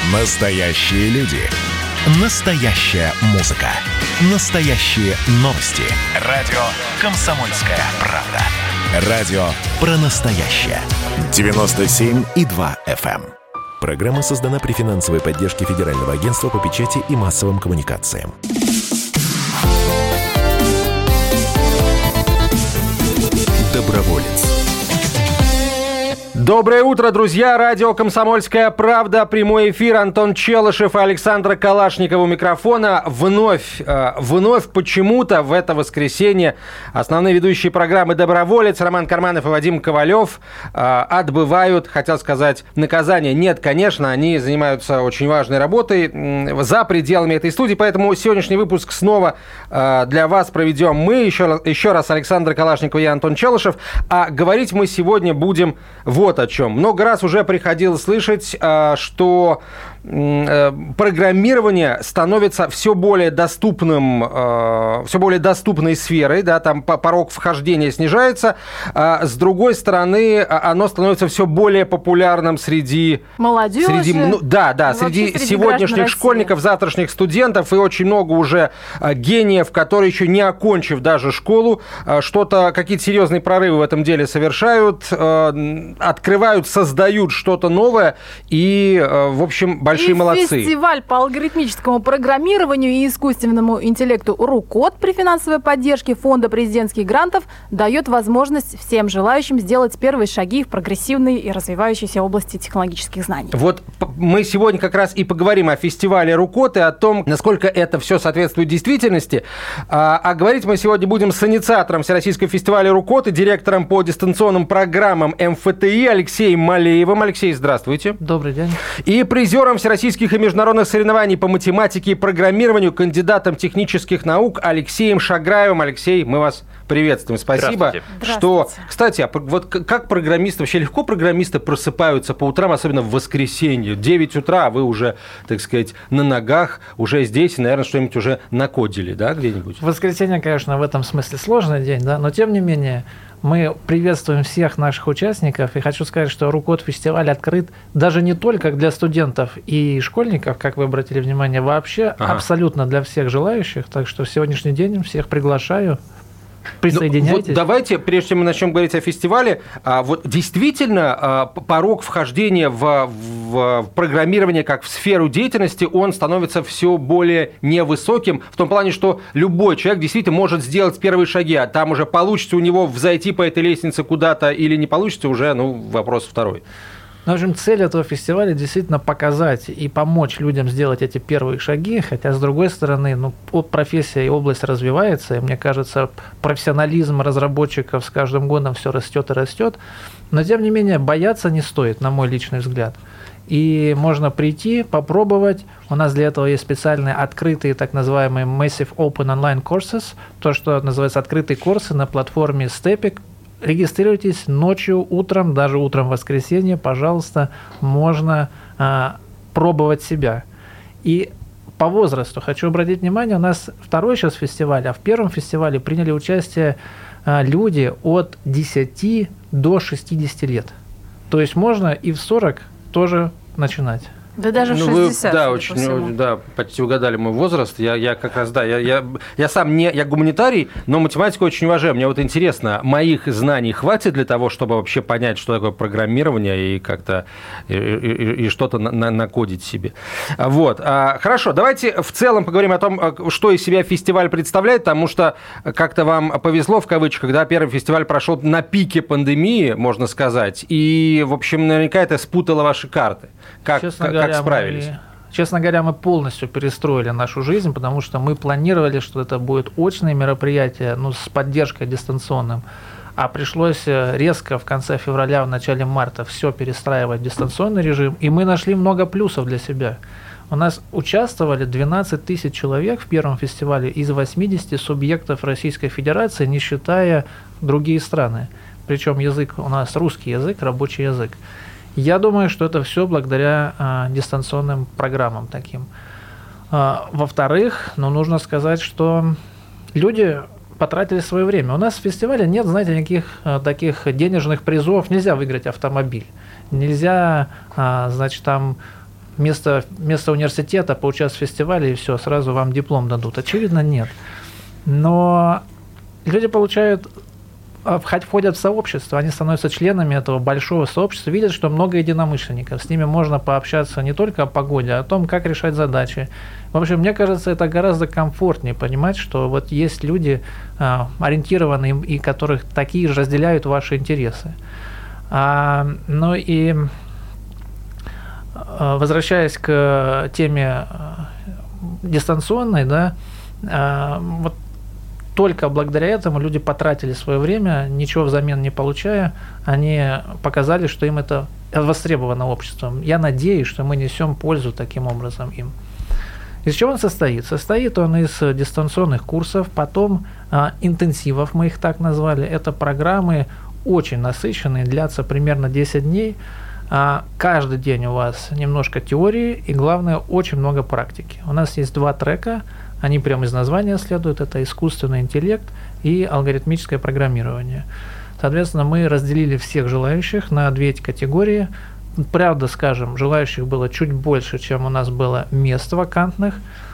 Настоящие люди. Настоящая музыка. Настоящие новости. Радио «Комсомольская правда». Радио про настоящее. 97,2 FM. Программа создана при финансовой поддержке Федерального агентства по печати и массовым коммуникациям. Доброволец. Доброе утро, друзья! Радио «Комсомольская правда». Прямой эфир. Антон Челышев и Александра Калашникова у микрофона. Вновь почему-то в это воскресенье основные ведущие программы «Доброволец» Роман Карманов и Вадим Ковалев отбывают, хотел сказать, наказание. Нет, конечно, они занимаются очень важной работой за пределами этой студии, поэтому сегодняшний выпуск снова для вас проведем мы. Еще раз Александра Калашникова и Антон Челышев. А говорить мы сегодня будем вот о чем. Много раз уже приходилось слышать, что программирование становится все более доступным, все более доступной сферой, да, там порог вхождения снижается. С другой стороны, оно становится все более популярным среди молодежи, среди сегодняшних школьников, завтрашних студентов, и очень много уже гениев, которые еще не окончив даже школу, какие-то серьезные прорывы в этом деле совершают, открывают, создают что-то новое, и, в общем, большие молодцы. Фестиваль по алгоритмическому программированию и искусственному интеллекту «РУКОД» при финансовой поддержке Фонда президентских грантов дает возможность всем желающим сделать первые шаги в прогрессивной и развивающейся области технологических знаний. Вот мы сегодня как раз и поговорим о фестивале «РУКОД» и о том, насколько это все соответствует действительности. А говорить мы сегодня будем с инициатором Всероссийского фестиваля «РУКОД» и директором по дистанционным программам МФТИ Алексеем Малеевым. Алексей, здравствуйте. Добрый день. И призером всероссийских и международных соревнований по математике и программированию, кандидатом технических наук Алексеем Шаграевым. Алексей, мы вас приветствуем. Спасибо. Что, кстати, вот как программисты, вообще легко программисты просыпаются по утрам, особенно в воскресенье? 9 утра, а вы уже, так сказать, на ногах, уже здесь, наверное, что-нибудь уже накодили, да, где-нибудь? Воскресенье, конечно, в этом смысле сложный день, да, но тем не менее мы приветствуем всех наших участников, и хочу сказать, что РУКОД фестиваль открыт даже не только для студентов и школьников, как вы обратили внимание, вообще абсолютно для всех желающих, так что в сегодняшний день всех приглашаю. Присоединяйтесь. Вот давайте, прежде чем мы начнем говорить о фестивале, вот действительно порог вхождения в программирование как в сферу деятельности, он становится все более невысоким, в том плане, что любой человек действительно может сделать первые шаги, а там уже получится у него взойти по этой лестнице куда-то или не получится, уже вопрос второй. В общем, цель этого фестиваля действительно показать и помочь людям сделать эти первые шаги, хотя, с другой стороны, профессия и область развивается, и мне кажется, профессионализм разработчиков с каждым годом все растет и растет, но, тем не менее, бояться не стоит, на мой личный взгляд. И можно прийти, попробовать. У нас для этого есть специальные открытые, так называемые Massive Open Online Courses, то, что называется открытые курсы на платформе Stepik. Регистрируйтесь ночью, утром, даже утром в воскресенье, пожалуйста, можно пробовать себя. И по возрасту хочу обратить внимание, у нас второй сейчас фестиваль, а в первом фестивале приняли участие люди от 10 до 60 лет. То есть можно и в 40 тоже начинать. Да даже в 60. Вы почти угадали мой возраст. Я как раз, я сам я гуманитарий, но математику очень уважаю. Мне вот интересно, моих знаний хватит для того, чтобы вообще понять, что такое программирование и как-то и что-то накодить себе. Вот. Хорошо, давайте в целом поговорим о том, что из себя фестиваль представляет, потому что как-то вам повезло, в кавычках, да, первый фестиваль прошел на пике пандемии, можно сказать, и, в общем, наверняка это спутало ваши карты. Как справились? Честно говоря, мы полностью перестроили нашу жизнь, потому что мы планировали, что это будет очное мероприятие, с поддержкой дистанционным. А пришлось резко в конце февраля, в начале марта все перестраивать в дистанционный режим, и мы нашли много плюсов для себя. У нас участвовали 12 тысяч человек в первом фестивале из 80 субъектов Российской Федерации, не считая другие страны. Причем язык у нас русский язык, рабочий язык. Я думаю, что это все благодаря дистанционным программам таким. Во-вторых, нужно сказать, что люди потратили свое время. У нас в фестивале нет, знаете, никаких таких денежных призов. Нельзя выиграть автомобиль. Нельзя, вместо университета поучаствовать в фестивале, и все, сразу вам диплом дадут. Очевидно, нет. Но люди входят в сообщество, они становятся членами этого большого сообщества, видят, что много единомышленников, с ними можно пообщаться не только о погоде, а о том, как решать задачи. В общем, мне кажется, это гораздо комфортнее понимать, что вот есть люди, ориентированные и которых такие же разделяют ваши интересы. Ну и возвращаясь к теме дистанционной, да, вот только благодаря этому люди потратили свое время, ничего взамен не получая, они показали, что им это востребовано обществом. Я надеюсь, что мы несем пользу таким образом им. Из чего он состоит? Состоит он из дистанционных курсов, потом интенсивов, мы их так назвали. Это программы очень насыщенные, длятся примерно 10 дней. Каждый день у вас немножко теории и, главное, очень много практики. У нас есть 2 трека, они прямо из названия следуют, это искусственный интеллект и алгоритмическое программирование. Соответственно, мы разделили всех желающих на 2 эти категории. Правда, скажем, желающих было чуть больше, чем у нас было мест вакантных.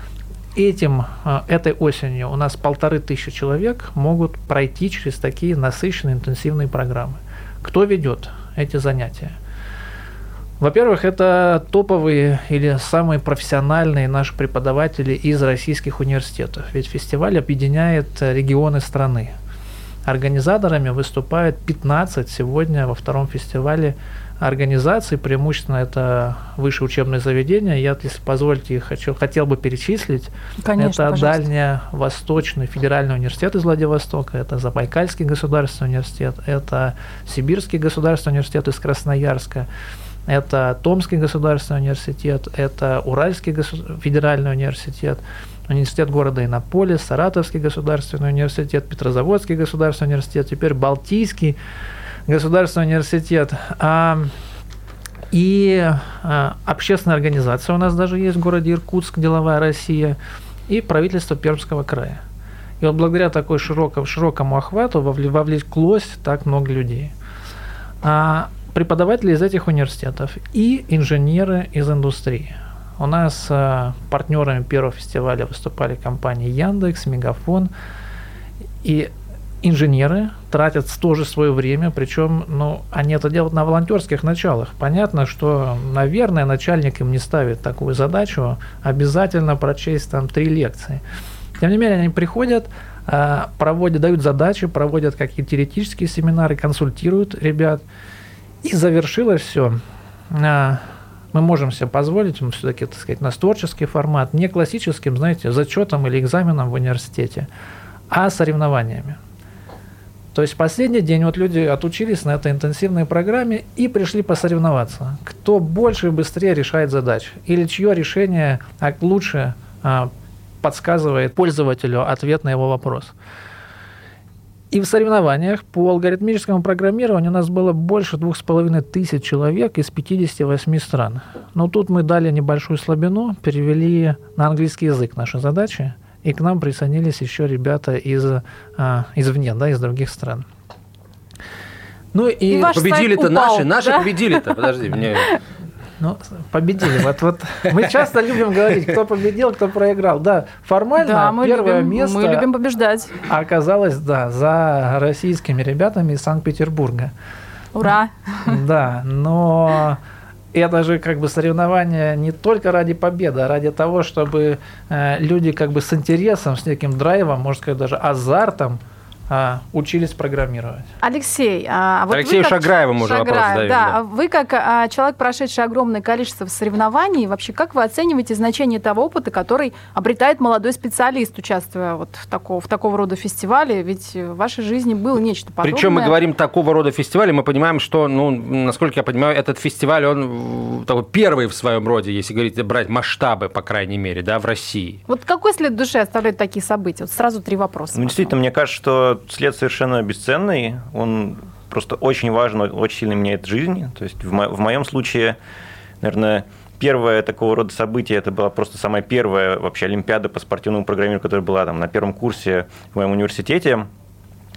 Этой осенью у нас 1500 человек могут пройти через такие насыщенные, интенсивные программы. Кто ведет эти занятия? Во-первых, это топовые или самые профессиональные наши преподаватели из российских университетов. Ведь фестиваль объединяет регионы страны. Организаторами выступает 15 сегодня во 2-м фестивале организаций, преимущественно это высшие учебные заведения. Я, если позволите, хотел бы перечислить. Конечно, это пожалуйста. Дальневосточный федеральный университет из Владивостока, это Забайкальский государственный университет, это Сибирский государственный университет из Красноярска, это Томский государственный университет, это Уральский федеральный университет, университет города Иннополис, Саратовский государственный университет, Петрозаводский государственный университет, теперь Балтийский государственный университет. И общественная организация у нас даже есть в городе Иркутск, «Деловая Россия», и правительство Пермского края. И вот благодаря такой широкому охвату вовлеклось так много людей. Преподаватели из этих университетов и инженеры из индустрии. У нас партнерами первого фестиваля выступали компании Яндекс, Мегафон. И инженеры тратят тоже свое время, причем они это делают на волонтерских началах. Понятно, что, наверное, начальник им не ставит такую задачу обязательно прочесть там 3 лекции. Тем не менее, они приходят, дают задачи, проводят какие-то теоретические семинары, консультируют ребят. И завершилось все. Мы можем себе позволить, все-таки, так сказать, у нас творческий формат, не классическим, знаете, зачетом или экзаменом в университете, а соревнованиями. То есть в последний день вот люди отучились на этой интенсивной программе и пришли посоревноваться. Кто больше и быстрее решает задачи, или чье решение лучше подсказывает пользователю ответ на его вопрос. И в соревнованиях по алгоритмическому программированию у нас было больше 2500 человек из 58 стран. Но тут мы дали небольшую слабину, перевели на английский язык наши задачи, и к нам присоединились еще ребята извне, да, из других стран. Ну и победили-то наши победили-то, подожди, мне... Победили. Вот мы часто любим говорить, кто победил, кто проиграл. Да, формально первое место мы любим побеждать. Оказалось, за российскими ребятами из Санкт-Петербурга. Ура! Да, но это же соревнование не только ради победы, а ради того, чтобы люди с интересом, с неким драйвом, можно сказать, даже азартом учились программировать. Алексей, Алексею Шаграеву уже вопрос задаем. Да. Вы как человек, прошедший огромное количество соревнований, вообще как вы оцениваете значение того опыта, который обретает молодой специалист, участвуя в такого рода фестивале? Ведь в вашей жизни было нечто подобное. Причем мы говорим такого рода фестивале, мы понимаем, что, насколько я понимаю, этот фестиваль, он такой первый в своем роде, если брать масштабы, по крайней мере, да, в России. Вот какой след в душе оставляют такие события? Вот сразу 3 вопроса. Действительно, мне кажется, что след совершенно бесценный, он просто очень важен, очень сильно меняет жизнь. То есть в моем случае, наверное, первое такого рода событие, это была просто самая первая вообще олимпиада по спортивному программированию, которая была там на первом курсе в моем университете.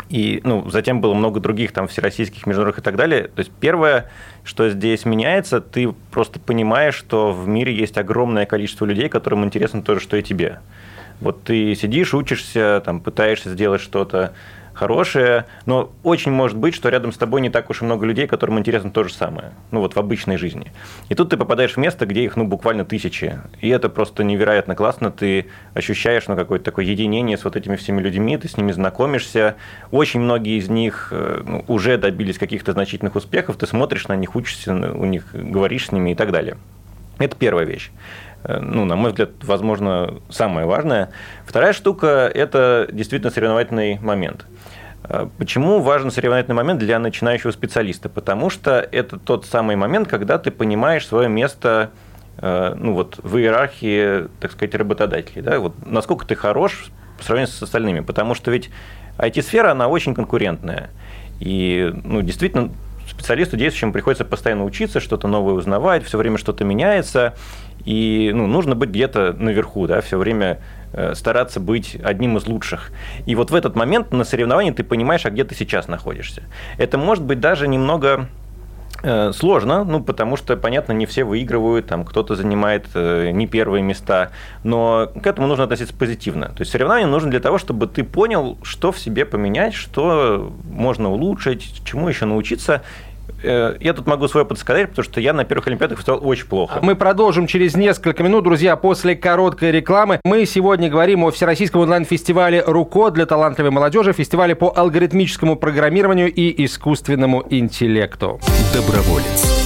И затем было много других там всероссийских, международных и так далее. То есть первое, что здесь меняется, ты просто понимаешь, что в мире есть огромное количество людей, которым интересно то же, что и тебе. Вот ты сидишь, учишься, там, пытаешься сделать что-то хорошее, но очень может быть, что рядом с тобой не так уж и много людей, которым интересно то же самое, в обычной жизни. И тут ты попадаешь в место, где их, буквально тысячи, и это просто невероятно классно, ты ощущаешь, какое-то такое единение с вот этими всеми людьми, ты с ними знакомишься, очень многие из них уже добились каких-то значительных успехов, ты смотришь на них, учишься у них, говоришь с ними и так далее. Это первая вещь. На мой взгляд, возможно, самое важное. Вторая штука – это действительно соревновательный момент. Почему важен соревновательный момент для начинающего специалиста? Потому что это тот самый момент, когда ты понимаешь свое место в иерархии, так сказать, работодателей. Да? Вот насколько ты хорош по сравнению с остальными. Потому что ведь IT-сфера, она очень конкурентная. И действительно, специалисту действующему приходится постоянно учиться, что-то новое узнавать, все время что-то меняется. И нужно быть где-то наверху, да, все время стараться быть одним из лучших. И вот в этот момент на соревновании ты понимаешь, а где ты сейчас находишься. Это может быть даже немного сложно, потому что, понятно, не все выигрывают, там кто-то занимает не первые места, но к этому нужно относиться позитивно. То есть соревнование нужно для того, чтобы ты понял, что в себе поменять, что можно улучшить, чему еще научиться. Я тут могу свой опыт сказать, потому что я на первых Олимпиадах выступал очень плохо. Мы продолжим через несколько минут, друзья, после короткой рекламы. Мы сегодня говорим о Всероссийском онлайн-фестивале «РУКОД» для талантливой молодежи, фестивале по алгоритмическому программированию и искусственному интеллекту. Доброволец.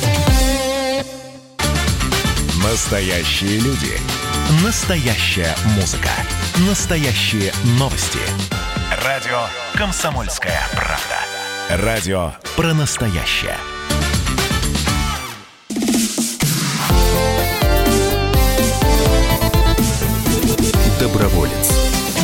Настоящие люди. Настоящая музыка. Настоящие новости. Радио «Комсомольская правда». Радио про настоящее. Доброволец.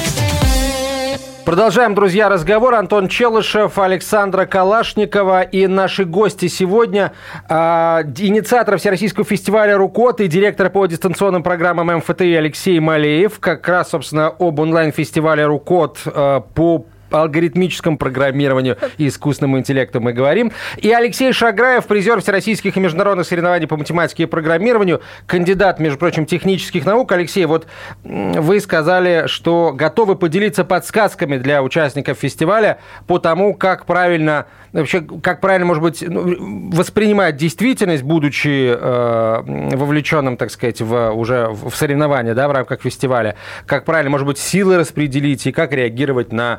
Продолжаем, друзья, разговор. Антон Челышев, Александра Калашникова и наши гости сегодня. Инициатор Всероссийского фестиваля «РУКОД» и директор по дистанционным программам МФТИ Алексей Малеев. Как раз, собственно, об онлайн-фестивале «РУКОД» по алгоритмическому программированию и искусственному интеллекту мы говорим. И Алексей Шаграев, призер всероссийских и международных соревнований по математике и программированию, кандидат, между прочим, технических наук. Алексей, вот вы сказали, что готовы поделиться подсказками для участников фестиваля по тому, как правильно, может быть, воспринимать действительность, будучи вовлеченным, так сказать, уже в соревнования, да, в рамках фестиваля. Как правильно, может быть, силы распределить и как реагировать на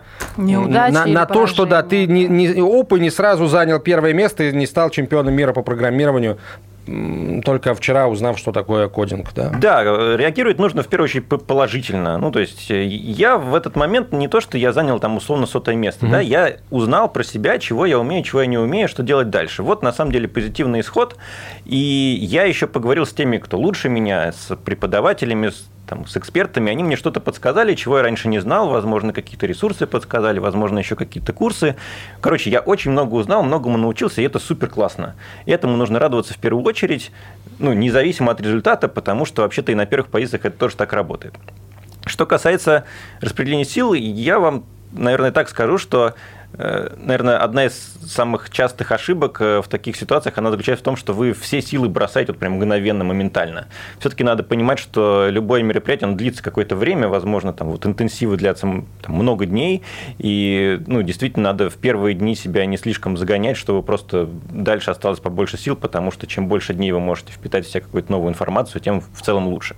то, что да, ты не сразу занял первое место и не стал чемпионом мира по программированию, только вчера узнав, что такое кодинг. Да, реагировать нужно в первую очередь положительно. То есть я в этот момент не то, что я занял там условно 100-е место, да, я узнал про себя, чего я умею, чего я не умею, что делать дальше. Вот на самом деле позитивный исход. И я еще поговорил с теми, кто лучше меня, с преподавателями, с экспертами, они мне что-то подсказали, чего я раньше не знал, возможно, какие-то ресурсы подсказали, возможно, еще какие-то курсы. Короче, я очень много узнал, многому научился, и это супер классно. И этому нужно радоваться в первую очередь, независимо от результата, потому что вообще-то и на первых позициях это тоже так работает. Что касается распределения сил, я вам, наверное, так скажу, что наверное, одна из самых частых ошибок в таких ситуациях, она заключается в том, что вы все силы бросаете прям мгновенно, моментально. Все-таки надо понимать, что любое мероприятие, оно длится какое-то время, возможно, интенсивы длятся много дней, и действительно надо в первые дни себя не слишком загонять, чтобы просто дальше осталось побольше сил, потому что чем больше дней вы можете впитать в себя какую-то новую информацию, тем в целом лучше.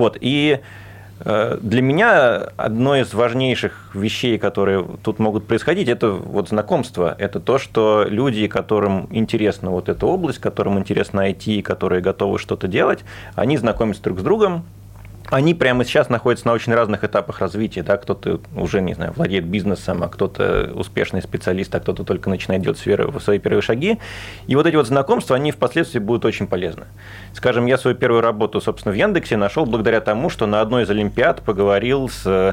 И для меня одной из важнейших вещей, которые тут могут происходить, это знакомство. Это то, что люди, которым интересна эта область, которым интересно IT, которые готовы что-то делать, они знакомятся друг с другом. Они прямо сейчас находятся на очень разных этапах развития. Да? Кто-то уже, не знаю, владеет бизнесом, а кто-то успешный специалист, а кто-то только начинает делать свои первые шаги. И эти знакомства, они впоследствии будут очень полезны. Скажем, я свою первую работу, собственно, в Яндексе нашел благодаря тому, что на одной из Олимпиад поговорил с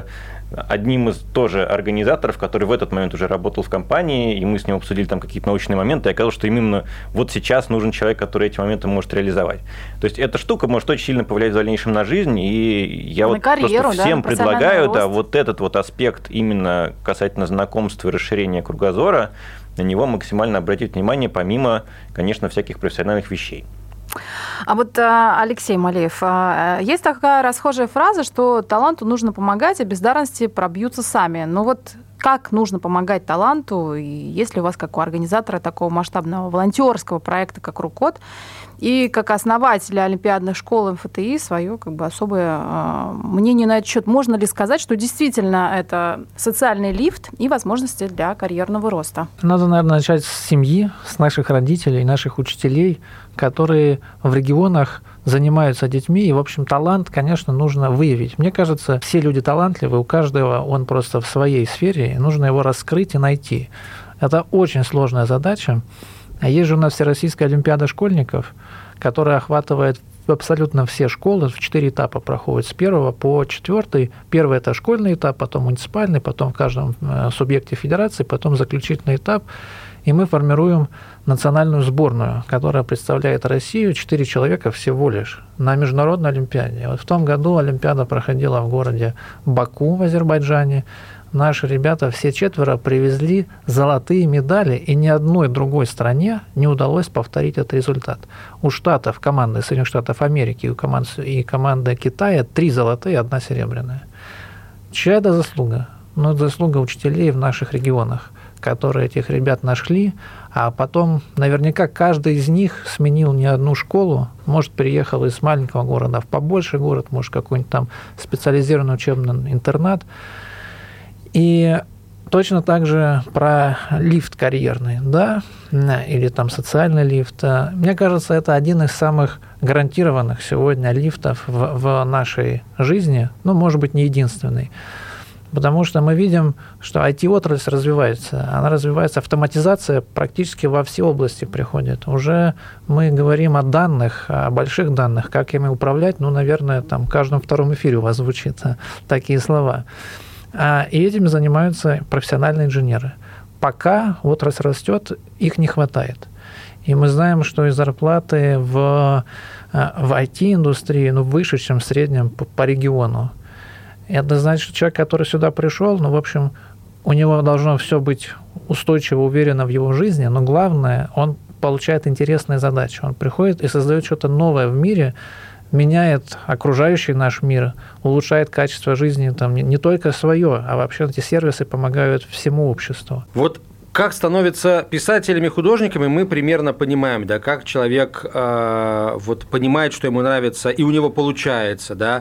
одним из тоже организаторов, который в этот момент уже работал в компании, и мы с ним обсудили там какие-то научные моменты, и оказалось, что именно вот сейчас нужен человек, который эти моменты может реализовать. То есть эта штука может очень сильно повлиять в дальнейшем на жизнь, и я вот карьеру, просто всем предлагаю, вот этот вот аспект именно касательно знакомства и расширения кругозора, на него максимально обратить внимание, помимо, конечно, всяких профессиональных вещей. А вот, Алексей Малеев, есть такая расхожая фраза, что таланту нужно помогать, а бездарности пробьются сами. Но вот как нужно помогать таланту, и есть ли у вас, как у организатора такого масштабного волонтерского проекта, как РУКОД, и как основателя олимпиадных школ МФТИ свое особое мнение на этот счет? Можно ли сказать, что действительно это социальный лифт и возможности для карьерного роста? Надо, наверное, начать с семьи, с наших родителей, наших учителей, которые в регионах занимаются детьми, и, в общем, талант, конечно, нужно выявить. Мне кажется, все люди талантливые, у каждого он просто в своей сфере, и нужно его раскрыть и найти. Это очень сложная задача. А есть же у нас Всероссийская олимпиада школьников, которая охватывает абсолютно все школы, в 4 этапа проходит, с 1 по 4. Первый – это школьный этап, потом муниципальный, потом в каждом субъекте федерации, потом заключительный этап. И мы формируем национальную сборную, которая представляет Россию, 4 человека всего лишь, на международной олимпиаде. Вот в том году олимпиада проходила в городе Баку в Азербайджане. Наши ребята, все 4 привезли золотые медали, и ни одной другой стране не удалось повторить этот результат. У Штатов, команды Соединенных Штатов Америки и команды Китая 3 золотые, 1 серебряная. Чья это заслуга? Ну, это заслуга учителей в наших регионах, которые этих ребят нашли, а потом наверняка каждый из них сменил не одну школу, может, переехал из маленького города в побольше город, может, какой-нибудь там специализированный учебный интернат. И точно так же про лифт карьерный, да, или там социальный лифт. Мне кажется, это один из самых гарантированных сегодня лифтов в нашей жизни, ну, может быть, не единственный. Потому что мы видим, что IT-отрасль развивается. Она развивается, автоматизация практически во все области приходит. Уже мы говорим о данных, о больших данных, как ими управлять. Ну, наверное, там в каждом втором эфире у вас звучат такие слова. И этим занимаются профессиональные инженеры. Пока отрасль растет, их не хватает. И мы знаем, что и зарплаты в IT-индустрии выше, чем в среднем по региону. Это значит, что человек, который сюда пришел, в общем, у него должно все быть устойчиво, уверенно в его жизни, но главное, он получает интересные задачи. Он приходит и создает что-то новое в мире, меняет окружающий наш мир, улучшает качество жизни там, не только свое, а вообще эти сервисы помогают всему обществу. Вот как становятся писателями, художниками, мы примерно понимаем, да, как человек понимает, что ему нравится, и у него получается, да,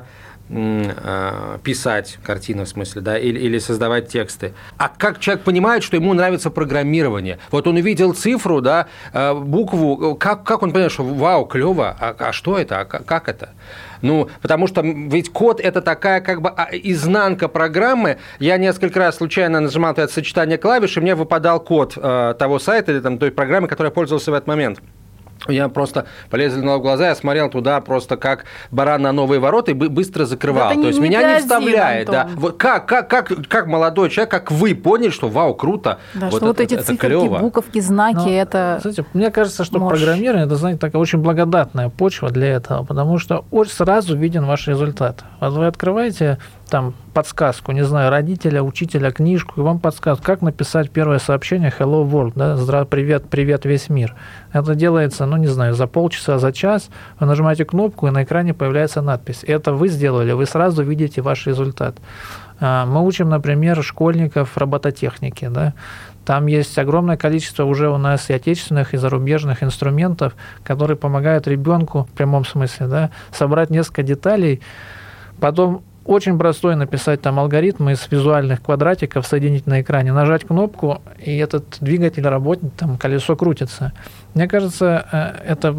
писать картины, в смысле, да, или создавать тексты. А как человек понимает, что ему нравится программирование? Вот он увидел цифру, да, букву, как он понимает, что вау, клево, а что это, как это? Ну, потому что ведь код – это такая изнанка программы. Я несколько раз случайно нажимал это сочетание клавиш, и мне выпадал код того сайта или там, той программы, которой я пользовался в этот момент. Я просто полезли в глаза, я смотрел туда просто как баран на новые ворота и быстро закрывал. То есть меня не вставляет. Да. Вот как молодой человек, как вы поняли, что вау, круто. Да, вот что вот эти циферки, буковки, знаки, это знаете, мне кажется, что программирование – это, знаете, такая очень благодатная почва для этого, потому что очень сразу виден ваш результат. Вот вы открываете там подсказку, не знаю, родителя, учителя, книжку, и вам подсказывают, как написать первое сообщение «Hello World», да, привет весь мир. Это делается, не знаю, за полчаса, за час. Вы нажимаете кнопку, и на экране появляется надпись. Это вы сделали, вы сразу видите ваш результат. Мы учим, например, школьников робототехники, да. Там есть огромное количество уже у нас и отечественных, и зарубежных инструментов, которые помогают ребенку, в прямом смысле, да, собрать несколько деталей, потом очень простой написать там алгоритм из визуальных квадратиков, соединить на экране, нажать кнопку, и этот двигатель работает, там колесо крутится. Мне кажется, это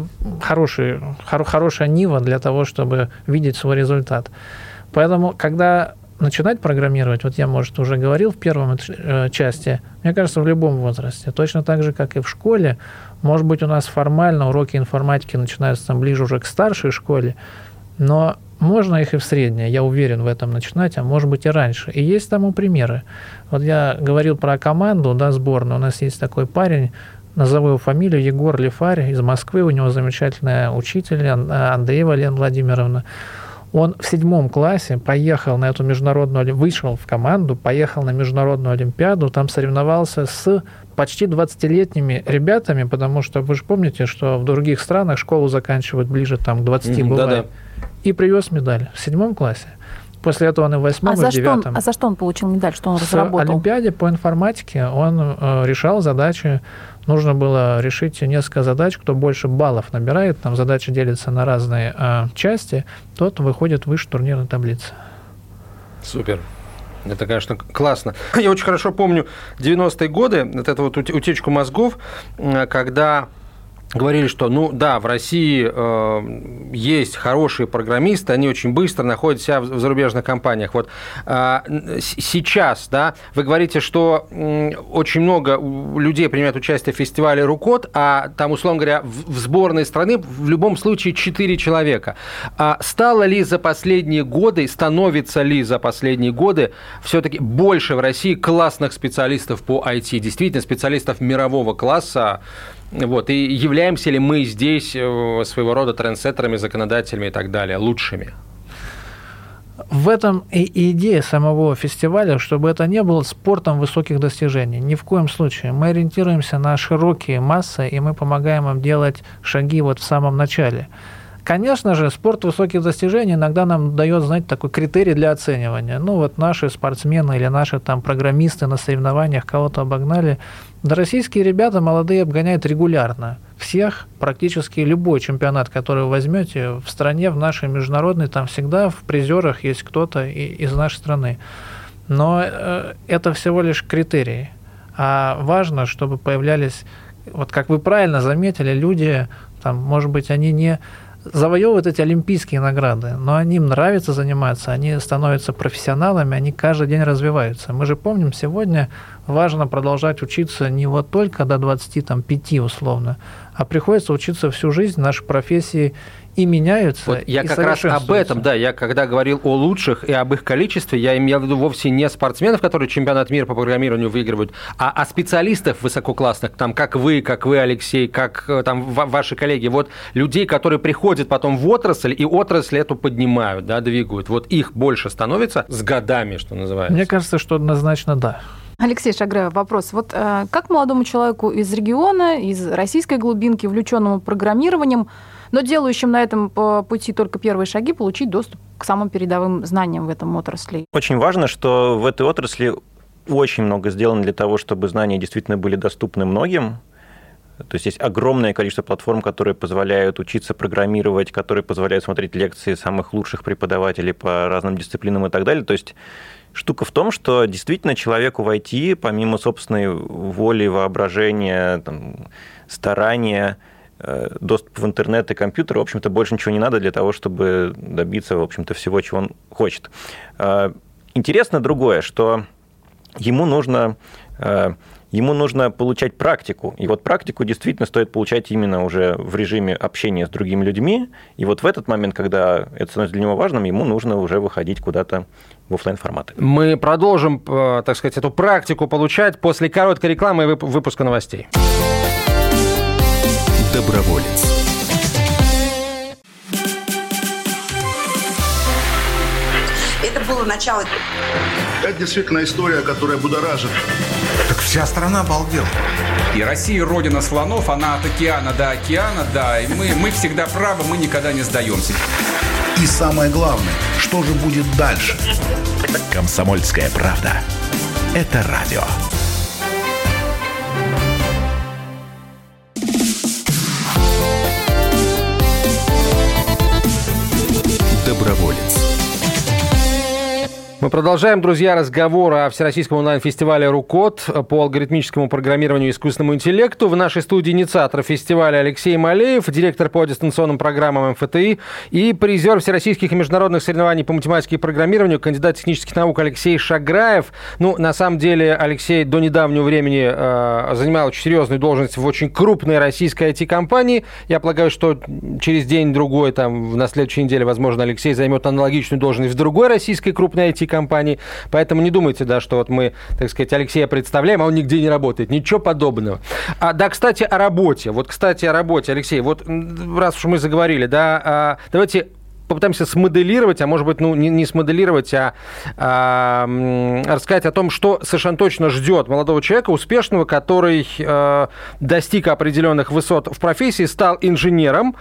хорошая нива для того, чтобы видеть свой результат. Поэтому, когда начинать программировать, вот я, может, уже говорил в первом части, мне кажется, в любом возрасте, точно так же, как и в школе, может быть, у нас формально уроки информатики начинаются там ближе уже к старшей школе, Но можно их и в среднее, я уверен в этом, начинать, а может быть и раньше. И есть тому примеры. Вот я говорил про команду, да, сборную. У нас есть такой парень, назову его фамилию, Егор Лифарь из Москвы. У него замечательная учитель Андреева Лена Владимировна. Он в 7 классе поехал на эту международную, вышел в команду, поехал на международную олимпиаду, там соревновался с почти 20-летними ребятами, потому что вы же помните, что в других странах школу заканчивают ближе там, к 20 бывает. Да-да. И привез медаль в 7 классе. После этого он и в 8 и в 9. А за что он получил медаль? Что он разработал? В Олимпиаде по информатике он решал задачи. Нужно было решить несколько задач. Кто больше баллов набирает, там задачи делятся на разные части, тот выходит выше турнирной таблицы. Супер. Это, конечно, классно. Я очень хорошо помню 90-е годы, вот эту вот утечку мозгов, когда говорили, что, ну да, в России есть хорошие программисты, они очень быстро находят себя в зарубежных компаниях. Вот сейчас, да, вы говорите, что очень много людей принимают участие в фестивале «Рукод», а там, условно говоря, в сборной страны в любом случае 4 человека. Становится ли за последние годы все-таки больше в России классных специалистов по IT, действительно специалистов мирового класса? Вот, и являемся ли мы здесь своего рода трендсеттерами, законодателями и так далее, лучшими? В этом и идея самого фестиваля, чтобы это не было спортом высоких достижений. Ни в коем случае. Мы ориентируемся на широкие массы, и мы помогаем им делать шаги вот в самом начале. Конечно же, спорт высоких достижений иногда нам дает, знаете, такой критерий для оценивания. Ну, вот наши спортсмены или наши там программисты на соревнованиях кого-то обогнали. Да, российские ребята молодые обгоняют регулярно. Всех, практически любой чемпионат, который вы возьмете в стране, в нашей международной, там всегда в призерах есть кто-то из нашей страны. Но это всего лишь критерии. А важно, чтобы появлялись, вот как вы правильно заметили, люди, там, может быть, они не завоевывают эти олимпийские награды, но им нравится заниматься, они становятся профессионалами, они каждый день развиваются. Мы же помним, сегодня важно продолжать учиться не вот только до 25 условно, а приходится учиться всю жизнь, наши профессии и меняются. Вот я как раз об этом, да, я когда говорил о лучших и об их количестве, я имел в виду вовсе не спортсменов, которые чемпионат мира по программированию выигрывают, а специалистов высококлассных, там, как вы, Алексей, как там ваши коллеги, вот людей, которые приходят потом в отрасль, и отрасль эту поднимают, да, двигают. Вот их больше становится с годами, что называется. Мне кажется, что однозначно да. Алексей Шаграев, вопрос. Вот как молодому человеку из региона, из российской глубинки, увлеченному программированием, но делающим на этом пути только первые шаги, получить доступ к самым передовым знаниям в этом отрасли? Очень важно, что в этой отрасли очень много сделано для того, чтобы знания действительно были доступны многим. То есть огромное количество платформ, которые позволяют учиться программировать, которые позволяют смотреть лекции самых лучших преподавателей по разным дисциплинам и так далее. То есть штука в том, что действительно человеку в IT, помимо собственной воли, воображения, там, старания, доступ в интернет и компьютер, в общем-то, больше ничего не надо для того, чтобы добиться, в общем-то, всего, чего он хочет. Интересно другое, что ему нужно получать практику. И вот практику действительно стоит получать именно уже в режиме общения с другими людьми. И вот в этот момент, когда это становится для него важным, ему нужно уже выходить куда-то в офлайн-форматы. Мы продолжим, так сказать, эту практику получать после короткой рекламы и выпуска новостей. Доброволец. Это было начало. Это действительно история, которая будоражит. Так вся страна обалдела. И Россия родина слонов, она от океана до океана, да. И мы всегда правы, мы никогда не сдаемся. И самое главное, что же будет дальше? «Комсомольская правда». Это радио. Доброволец. Мы продолжаем, друзья, разговор о Всероссийском онлайн-фестивале «РУКОД» по алгоритмическому программированию и искусственному интеллекту. В нашей студии инициатор фестиваля Алексей Малеев, директор по дистанционным программам МФТИ и призер всероссийских и международных соревнований по математике и программированию, кандидат технических наук Алексей Шаграев. Ну, на самом деле, Алексей до недавнего времени занимал очень серьезную должность в очень крупной российской IT-компании. Я полагаю, что через день-другой, там, на следующей неделе, возможно, Алексей займет аналогичную должность в другой российской крупной IT-компании. Поэтому не думайте, да, что вот мы, так сказать, Алексея представляем, а он нигде не работает. Ничего подобного. Да, кстати, о работе. Алексей, вот раз уж мы заговорили, да, давайте попытаемся смоделировать, а может быть, ну, не смоделировать, а рассказать о том, что совершенно точно ждет молодого человека, успешного, который достиг определенных высот в профессии, стал инженером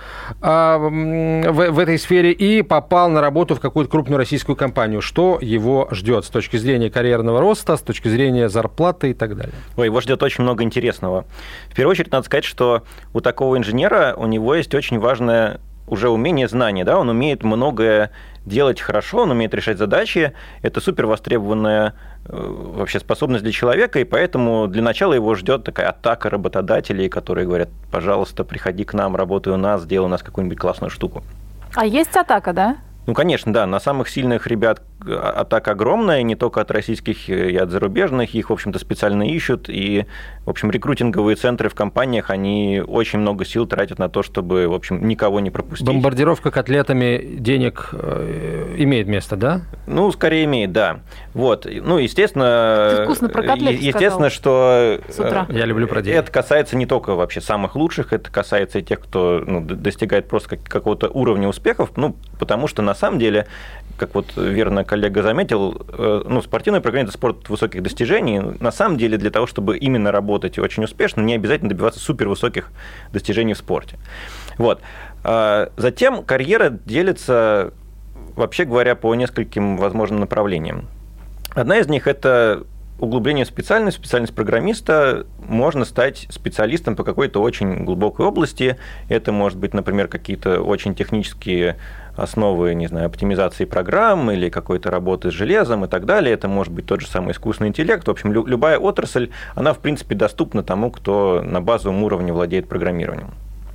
в этой сфере и попал на работу в какую-то крупную российскую компанию. Что его ждет с точки зрения карьерного роста, с точки зрения зарплаты и так далее? Ой, его ждет очень много интересного. В первую очередь, надо сказать, что у такого инженера, у него есть очень важное уже умение, знание, да, он умеет многое делать хорошо, он умеет решать задачи, это супер востребованная вообще способность для человека, и поэтому для начала его ждет такая атака работодателей, которые говорят: пожалуйста, приходи к нам, работай у нас, сделай у нас какую-нибудь классную штуку. А есть атака, да? Ну, конечно, да, на самых сильных ребят атака огромная, не только от российских и от зарубежных, их, в общем-то, специально ищут, и, в общем, рекрутинговые центры в компаниях, они очень много сил тратят на то, чтобы, в общем, никого не пропустить. Бомбардировка котлетами денег имеет место, да? Ну, скорее имеет, да. Вот, ну, естественно... Ты вкусно про котлеты естественно, что... С утра. Я люблю про деньги. Это касается не только вообще самых лучших, это касается и тех, кто достигает просто какого-то уровня успехов, ну, потому что, на самом деле, как вот верно коллега заметил, ну, спортивное программирование – это спорт высоких достижений. На самом деле, для того, чтобы именно работать очень успешно, не обязательно добиваться супервысоких достижений в спорте. Вот. Затем карьера делится, вообще говоря, по нескольким возможным направлениям. Одна из них – это углубление в специальность программиста. Можно стать специалистом по какой-то очень глубокой области. Это может быть, например, какие-то очень технические основы, не знаю, оптимизации программ или какой-то работы с железом и так далее. Это может быть тот же самый искусственный интеллект. В общем, любая отрасль, она, в принципе, доступна тому, кто на базовом уровне владеет программированием.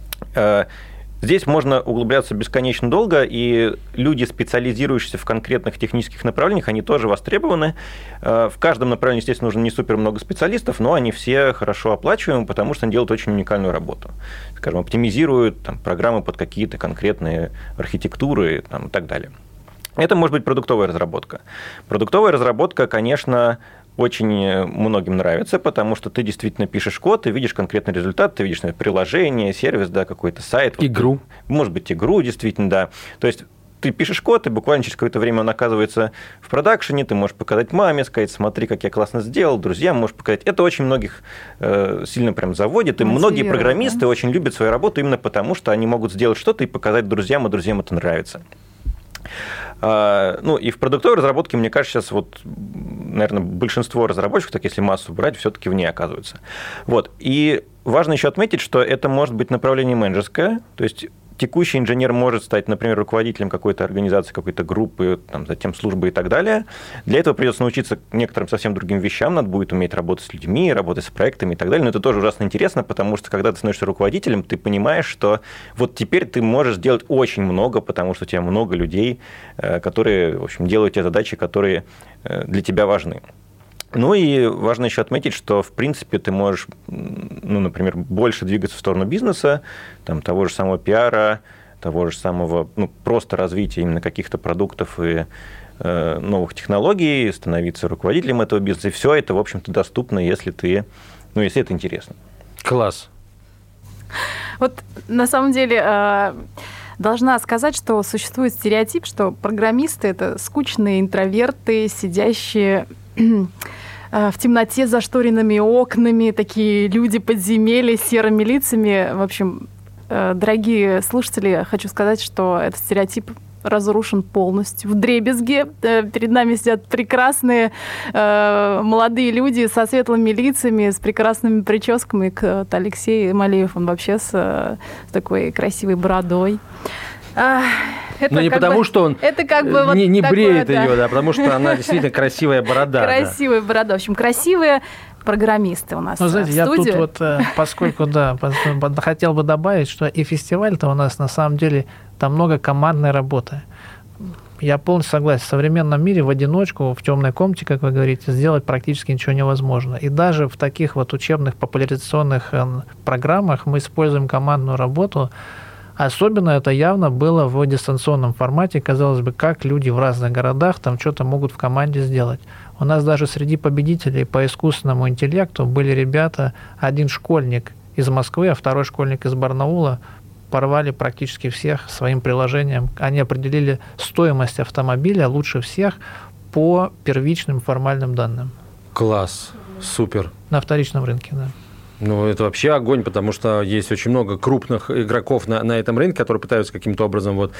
Здесь можно углубляться бесконечно долго, и люди, специализирующиеся в конкретных технических направлениях, они тоже востребованы. В каждом направлении, естественно, нужно не супер много специалистов, но они все хорошо оплачиваемы, потому что они делают очень уникальную работу. Скажем, оптимизируют там программы под какие-то конкретные архитектуры там, и так далее. Это может быть продуктовая разработка. Продуктовая разработка, конечно, очень многим нравится, потому что ты действительно пишешь код, ты видишь конкретный результат, ты видишь приложение, сервис, да, какой-то сайт. Игру. Может быть, игру, действительно, да. То есть ты пишешь код, и буквально через какое-то время он оказывается в продакшене, ты можешь показать маме, сказать: смотри, как я классно сделал, друзьям можешь показать. Это очень многих сильно прям заводит, и многие программисты очень любят свою работу именно потому, что они могут сделать что-то и показать друзьям, и друзьям это нравится. Ну, и в продуктовой разработке, мне кажется, сейчас вот, наверное, большинство разработчиков, так если массу брать, все-таки в ней оказываются. Вот. И важно еще отметить, что это может быть направление менеджерское, то есть текущий инженер может стать, например, руководителем какой-то организации, какой-то группы, там, затем службы и так далее. Для этого придется научиться некоторым совсем другим вещам, надо будет уметь работать с людьми, работать с проектами и так далее. Но это тоже ужасно интересно, потому что когда ты становишься руководителем, ты понимаешь, что вот теперь ты можешь делать очень много, потому что у тебя много людей, которые, в общем, делают те задачи, которые для тебя важны. Ну и важно еще отметить, что, в принципе, ты можешь, ну, например, больше двигаться в сторону бизнеса, там, того же самого пиара, того же самого, ну, просто развития именно каких-то продуктов и новых технологий, становиться руководителем этого бизнеса. И все это, в общем-то, доступно, если ты, ну, если это интересно. Класс. Вот на самом деле должна сказать, что существует стереотип, что программисты — это скучные интроверты, сидящие в темноте с зашторенными окнами, такие люди подземелья с серыми лицами. В общем, дорогие слушатели, хочу сказать, что этот стереотип разрушен полностью. Вдребезги. Перед нами сидят прекрасные молодые люди со светлыми лицами, с прекрасными прическами. Вот Алексей Малеев, он вообще с такой красивой бородой. Но не потому, что он не бреет ее, да, потому что она действительно красивая борода. Красивая борода. В общем, красивые программисты у нас в студии. Я тут вот, поскольку, хотел бы добавить, что и фестиваль-то у нас на самом деле, там много командной работы. Я полностью согласен. В современном мире в одиночку, в темной комнате, как вы говорите, сделать практически ничего невозможно. И даже в таких вот учебных популяризационных программах мы используем командную работу. Особенно это явно было в дистанционном формате. Казалось бы, как люди в разных городах там что-то могут в команде сделать. У нас даже среди победителей по искусственному интеллекту были ребята, один школьник из Москвы, а второй школьник из Барнаула, порвали практически всех своим приложением. Они определили стоимость автомобиля лучше всех по первичным формальным данным. Класс, супер. На вторичном рынке, да. Ну, это вообще огонь, потому что есть очень много крупных игроков на этом рынке, которые пытаются каким-то образом вот,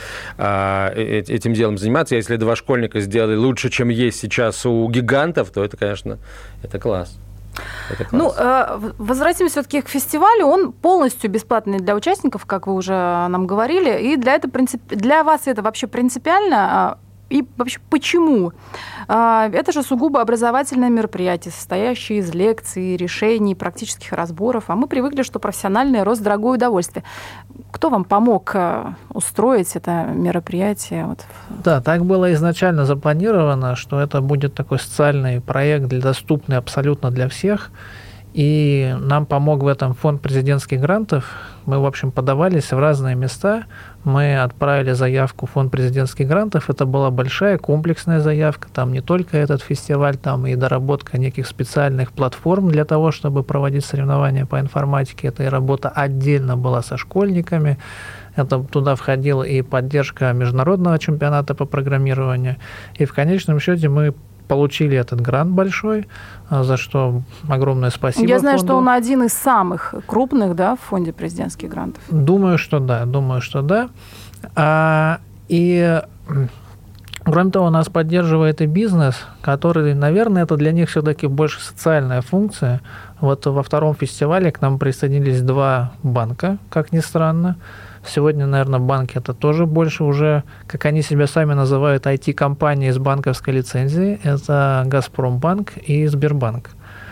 этим делом заниматься. Если два школьника сделали лучше, чем есть сейчас у гигантов, то это, конечно, это класс. Ну, возвратимся все-таки к фестивалю. Он полностью бесплатный для участников, как вы уже нам говорили. И для вас это вообще принципиально? И вообще почему? Это же сугубо образовательное мероприятие, состоящее из лекций, решений, практических разборов. А мы привыкли, что профессиональный рост – дорогое удовольствие. Кто вам помог устроить это мероприятие? Да, так было изначально запланировано, что это будет такой социальный проект, доступный абсолютно для всех. И нам помог в этом фонд президентских грантов. Мы, в общем, подавались в разные места. Мы отправили заявку в фонд президентских грантов. Это была большая комплексная заявка. Там не только этот фестиваль, там и доработка неких специальных платформ для того, чтобы проводить соревнования по информатике. Это и работа отдельно была со школьниками. Это туда входила и поддержка международного чемпионата по программированию. И в конечном счете мы получили этот грант большой, за что огромное спасибо. Я знаю, что он один из самых крупных, да, в фонде президентских грантов. Думаю, что да. И кроме того, нас поддерживает и бизнес, который, наверное, это для них все-таки больше социальная функция. Вот во втором фестивале к нам присоединились 2 банка, как ни странно. Сегодня, наверное, банки это тоже больше уже, как они себя сами называют, IT-компании с банковской лицензией. Это Газпромбанк и Сбербанк.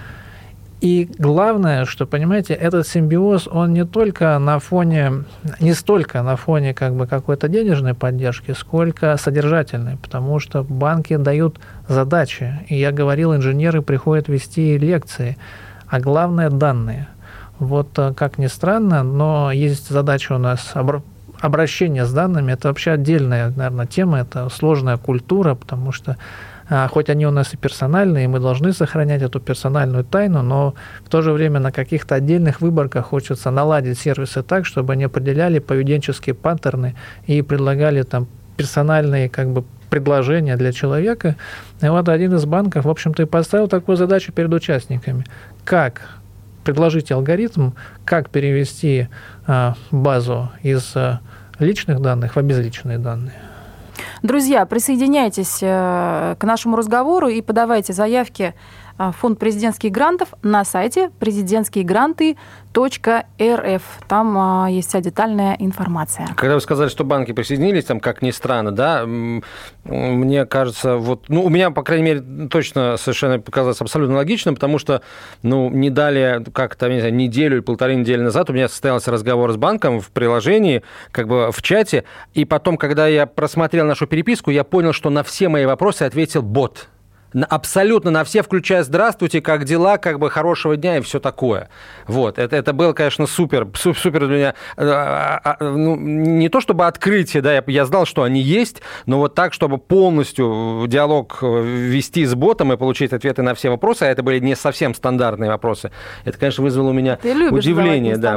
И главное, что, понимаете, этот симбиоз, он не столько на фоне как бы какой-то денежной поддержки, сколько содержательной, потому что банки дают задачи. И я говорил, инженеры приходят вести лекции, а главное – данные. Вот как ни странно, но есть задача у нас обращения с данными. Это вообще отдельная, наверное, тема, это сложная культура, потому что хоть они у нас и персональные, и мы должны сохранять эту персональную тайну, но в то же время на каких-то отдельных выборках хочется наладить сервисы так, чтобы они определяли поведенческие паттерны и предлагали там персональные как бы предложения для человека. И вот один из банков, в общем-то, и поставил такую задачу перед участниками. Как предложить алгоритм, как перевести базу из личных данных в обезличенные данные. Друзья, присоединяйтесь к нашему разговору и подавайте заявки в фонд президентских грантов на сайте президентскиегранты.рф. Там есть вся детальная информация. Когда вы сказали, что банки присоединились, там, как ни странно, да, мне кажется, вот, ну, у меня, по крайней мере, точно совершенно показалось абсолютно логичным, потому что, ну, не далее, как-то, не знаю, неделю или полторы недели назад у меня состоялся разговор с банком в приложении, как бы в чате, и потом, когда я просмотрел нашу переписку, я понял, что на все мои вопросы ответил бот. Абсолютно на все, включая «здравствуйте», «как дела», как бы «хорошего дня» и все такое. Вот. Это было, конечно, супер для меня. Ну, не то чтобы открытие, да, я знал, что они есть, но вот так, чтобы полностью диалог вести с ботом и получить ответы на все вопросы, а это были не совсем стандартные вопросы, это, конечно, вызвало у меня удивление. Да,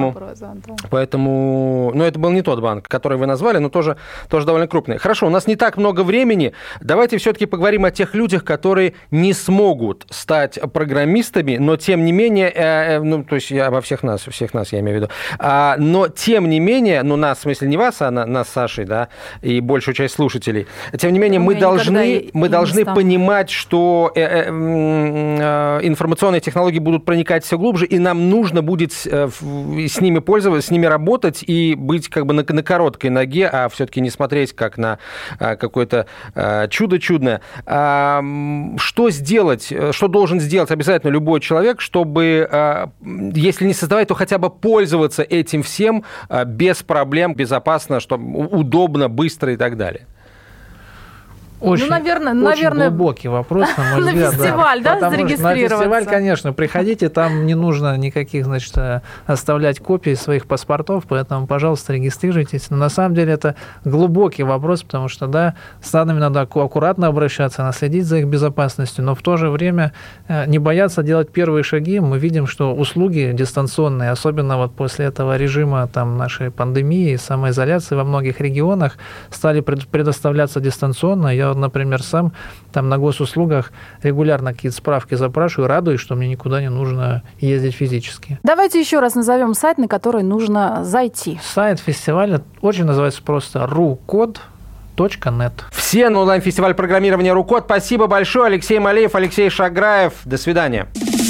поэтому, ну, это был не тот банк, который вы назвали, но тоже довольно крупный. Хорошо, у нас не так много времени. Давайте все-таки поговорим о тех людях, людях, которые не смогут стать программистами, но тем не менее, то есть я обо всех нас я имею в виду, но тем не менее, нас, в смысле не вас, а нас с Сашей, да, и большую часть слушателей, тем не менее, мы должны понимать, что информационные технологии будут проникать все глубже, и нам нужно будет с ними пользоваться, с ними работать и быть как бы на короткой ноге, а все-таки не смотреть как на какое-то чудо чудное. Что сделать, что должен сделать обязательно любой человек, чтобы, если не создавать, то хотя бы пользоваться этим всем без проблем, безопасно, чтобы удобно, быстро и так далее? Очень глубокий вопрос, на мой взгляд. На фестиваль, да, зарегистрироваться? На фестиваль, конечно, приходите, там не нужно никаких, оставлять копий своих паспортов, поэтому, пожалуйста, регистрируйтесь. Но на самом деле это глубокий вопрос, потому что, да, с данными надо аккуратно обращаться, надо следить за их безопасностью, но в то же время не бояться делать первые шаги. Мы видим, что услуги дистанционные, особенно вот после этого режима нашей пандемии, самоизоляции во многих регионах, стали предоставляться дистанционно. Я, например, сам на госуслугах регулярно какие-то справки запрашиваю, радуюсь, что мне никуда не нужно ездить физически. Давайте еще раз назовем сайт, на который нужно зайти. Сайт фестиваля очень называется просто rucode.net. Все на онлайн-фестиваль программирования РУКОД. Спасибо большое. Алексей Малеев, Алексей Шаграев. До свидания.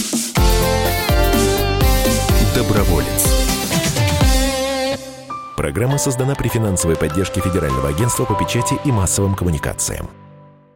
Доброволец. Программа создана при финансовой поддержке Федерального агентства по печати и массовым коммуникациям.